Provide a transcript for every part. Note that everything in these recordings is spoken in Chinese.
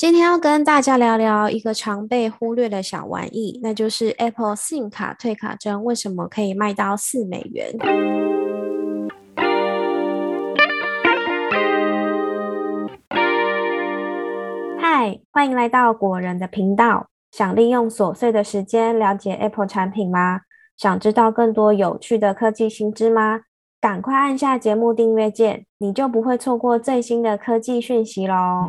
今天要跟大家聊聊一个常被忽略的小玩意，那就是 Apple SIM 卡退卡针为什么可以卖到4美元。嗨，欢迎来到果仁的频道。想利用琐碎的时间了解 Apple 产品吗？想知道更多有趣的科技新知吗？赶快按下节目订阅键，你就不会错过最新的科技讯息咯。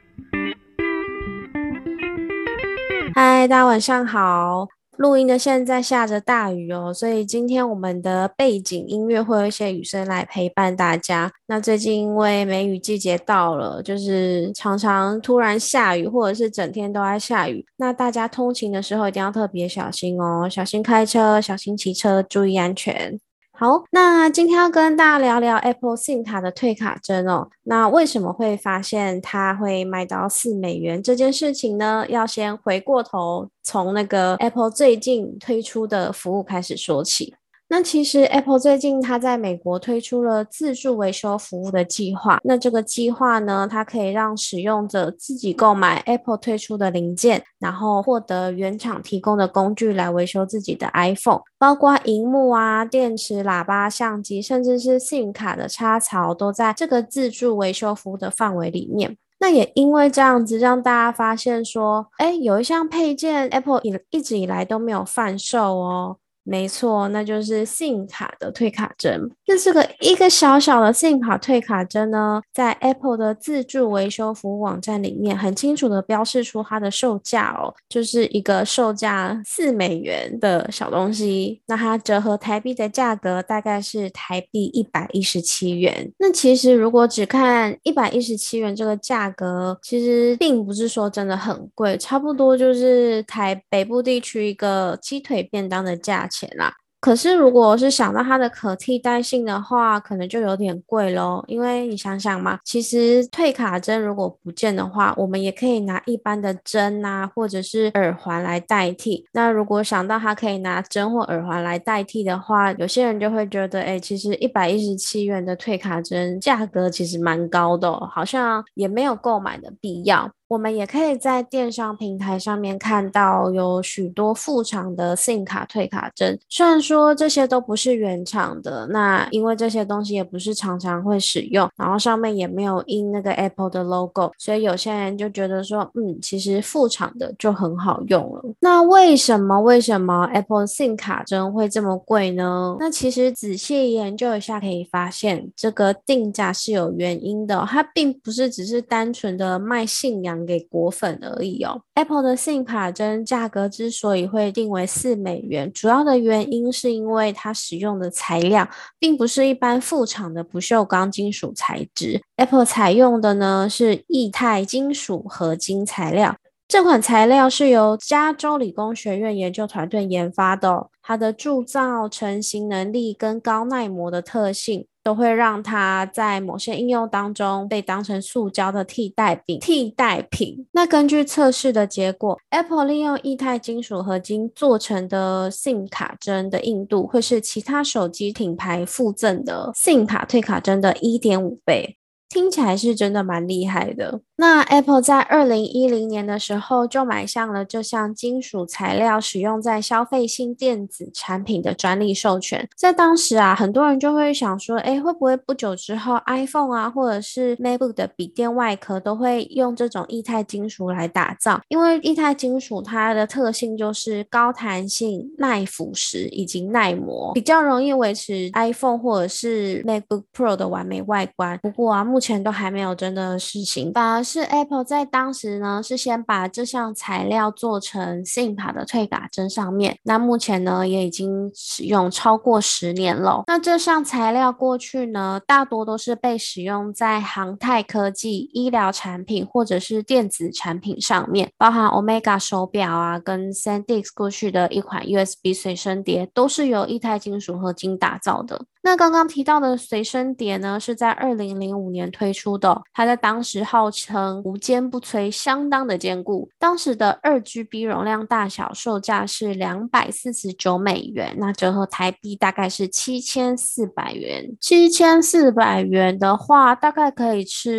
嗨，大家晚上好。录音的现在下着大雨哦，所以今天我们的背景音乐会有一些雨声来陪伴大家。那最近因为梅雨季节到了，就是常常突然下雨，或者是整天都在下雨。那大家通勤的时候一定要特别小心哦，小心开车，小心骑车，注意安全。好，那今天要跟大家聊聊 Apple SIM 卡的退卡针哦。那为什么会发现它会卖到4美元这件事情呢？要先回过头，从那个 Apple 最近推出的服务开始说起。那其实 Apple 最近它在美国推出了自助维修服务的计划。那这个计划呢，它可以让使用者自己购买 Apple 推出的零件，然后获得原厂提供的工具来维修自己的 iPhone，包括荧幕啊、电池、喇叭、相机，甚至是 SIM 卡的插槽，都在这个自助维修服务的范围里面。那也因为这样子，让大家发现说，有一项配件 Apple 一直以来都没有贩售哦。没错，那就是 SIM 卡的退卡针。那这个一个小小的 SIM 卡退卡针呢，在 Apple 的自助维修服务网站里面，很清楚的标示出它的售价哦，就是一个售价4美元的小东西。那它折合台币的价格大概是台币117元。那其实如果只看117元这个价格，其实并不是说真的很贵，差不多就是台北部地区一个鸡腿便当的价钱啦。可是如果是想到它的可替代性的话，可能就有点贵咯。因为你想想嘛，其实退卡针如果不见的话，我们也可以拿一般的针啊，或者是耳环来代替。那如果想到它可以拿针或耳环来代替的话，有些人就会觉得，其实117元的退卡针价格其实蛮高的哦，好像也没有购买的必要。我们也可以在电商平台上面看到有许多副厂的 SIM 卡退卡针，虽然说这些都不是原厂的，那因为这些东西也不是常常会使用，然后上面也没有印那个 Apple 的 logo， 所以有些人就觉得说，其实副厂的就很好用了。那为什么 Apple SIM 卡针会这么贵呢？那其实仔细研究一下可以发现，这个定价是有原因的哦，它并不是只是单纯的卖信仰给果粉而已哦。Apple 的 SIM 卡针价格之所以会定为4美元，主要的原因是因为它使用的材料并不是一般副厂的不锈钢金属材质， Apple 采用的呢是液态金属合金材料。这款材料是由加州理工学院研究团队研发的哦，它的铸造、成型能力跟高耐磨的特性都会让它在某些应用当中被当成塑胶的替代品。那根据测试的结果， Apple 利用液态金属合金做成的 SIM 卡针的硬度会是其他手机品牌附赠的 SIM 卡退卡针的1.5倍。听起来是真的蛮厉害的。那 Apple 在2010年的时候就买下了这项金属材料使用在消费性电子产品的专利授权。在当时啊，很多人就会想说，会不会不久之后 iPhone 啊，或者是 MacBook 的笔电外壳都会用这种液态金属来打造？因为液态金属它的特性就是高弹性、耐腐蚀以及耐磨，比较容易维持 iPhone 或者是 MacBook Pro 的完美外观。不过啊，目前都还没有真的实行，反而是 Apple 在当时呢是先把这项材料做成 SIM 卡的退卡针上面，那目前呢也已经使用超过10年了。那这项材料过去呢大多都是被使用在航太科技、医疗产品或者是电子产品上面，包含 Omega 手表啊跟 SanDisk 过去的一款 USB 随身碟都是由液态金属合金打造的。那刚刚提到的随身碟呢，是在2005年推出的哦，它在当时号称无坚不摧，相当的坚固。当时的2GB 容量大小售价是249美元，那折合台币大概是7400元。7400元的话，大概可以吃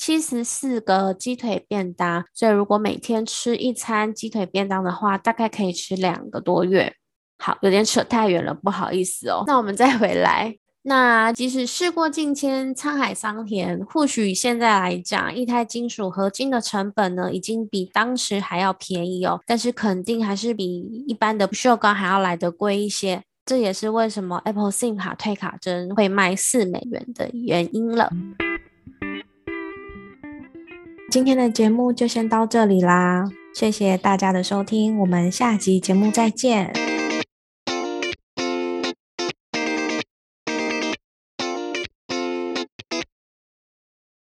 74个鸡腿便当，所以如果每天吃一餐鸡腿便当的话，大概可以吃2个多月。好，有点扯太远了，不好意思哦。那我们再回来。那即使事过境迁，沧海桑田，或许现在来讲，液态金属合金的成本呢，已经比当时还要便宜哦，但是肯定还是比一般的不锈钢还要来得贵一些。这也是为什么 Apple SIM 卡退卡针会卖$4的原因了。今天的节目就先到这里啦，谢谢大家的收听，我们下集节目再见。